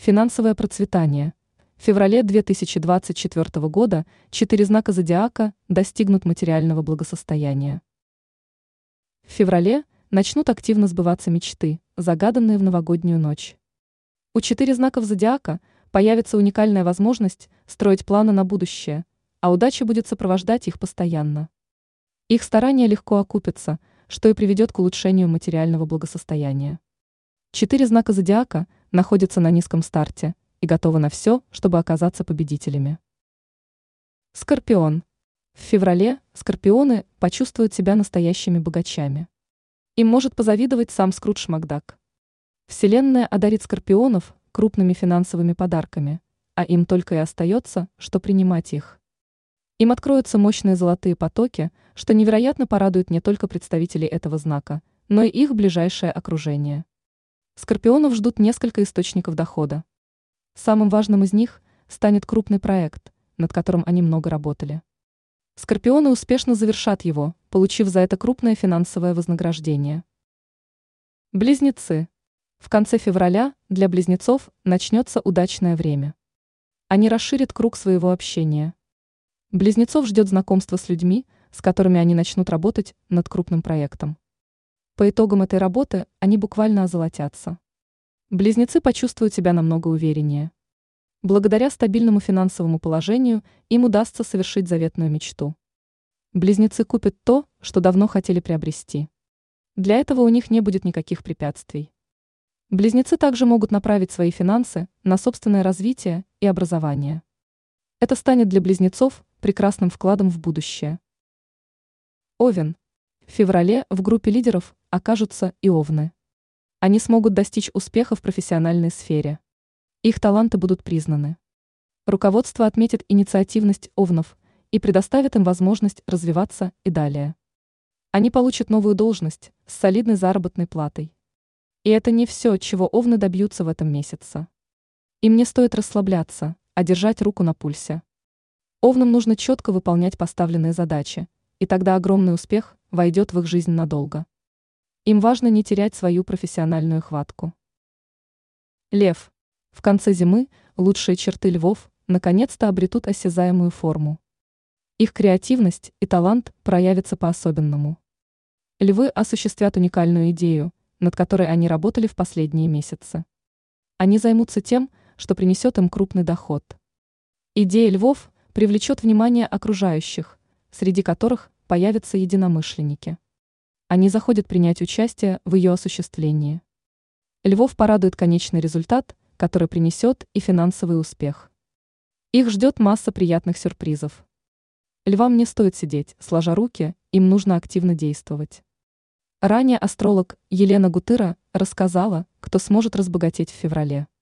Финансовое процветание. В феврале 2024 года 4 знака зодиака достигнут материального благосостояния. В феврале начнут активно сбываться мечты, загаданные в новогоднюю ночь. У 4 знаков зодиака появится уникальная возможность строить планы на будущее, а удача будет сопровождать их постоянно. Их старания легко окупятся, что и приведет к улучшению материального благосостояния. 4 знака зодиака находятся на низком старте и готовы на все, чтобы оказаться победителями. Скорпион. В феврале скорпионы почувствуют себя настоящими богачами. Им может позавидовать сам Скрудж Макдак. Вселенная одарит скорпионов крупными финансовыми подарками, а им только и остается, что принимать их. Им откроются мощные золотые потоки, что невероятно порадует не только представителей этого знака, но и их ближайшее окружение. Скорпионов ждут несколько источников дохода. Самым важным из них станет крупный проект, над которым они много работали. Скорпионы успешно завершат его, получив за это крупное финансовое вознаграждение. Близнецы. В конце февраля для близнецов начнется удачное время. Они расширят круг своего общения. Близнецов ждет знакомство с людьми, с которыми они начнут работать над крупным проектом. По итогам этой работы они буквально озолотятся. Близнецы почувствуют себя намного увереннее. Благодаря стабильному финансовому положению им удастся совершить заветную мечту. Близнецы купят то, что давно хотели приобрести. Для этого у них не будет никаких препятствий. Близнецы также могут направить свои финансы на собственное развитие и образование. Это станет для близнецов прекрасным вкладом в будущее. Овен. В феврале в группе лидеров окажутся и овны. Они смогут достичь успеха в профессиональной сфере. Их таланты будут признаны. Руководство отметит инициативность овнов и предоставит им возможность развиваться и далее. Они получат новую должность с солидной заработной платой. И это не все, чего овны добьются в этом месяце. Им не стоит расслабляться, а держать руку на пульсе. Овнам нужно четко выполнять поставленные задачи, и тогда огромный успех войдет в их жизнь надолго. Им важно не терять свою профессиональную хватку. Лев. В конце зимы лучшие черты львов наконец-то обретут осязаемую форму. Их креативность и талант проявятся по-особенному. Львы осуществят уникальную идею, над которой они работали в последние месяцы. Они займутся тем, что принесет им крупный доход. Идея львов привлечет внимание окружающих, среди которых появятся единомышленники. Они захотят принять участие в ее осуществлении. Львов порадует конечный результат, который принесет и финансовый успех. Их ждет масса приятных сюрпризов. Львам не стоит сидеть, сложа руки, им нужно активно действовать. Ранее астролог Елена Гутыра рассказала, кто сможет разбогатеть в феврале.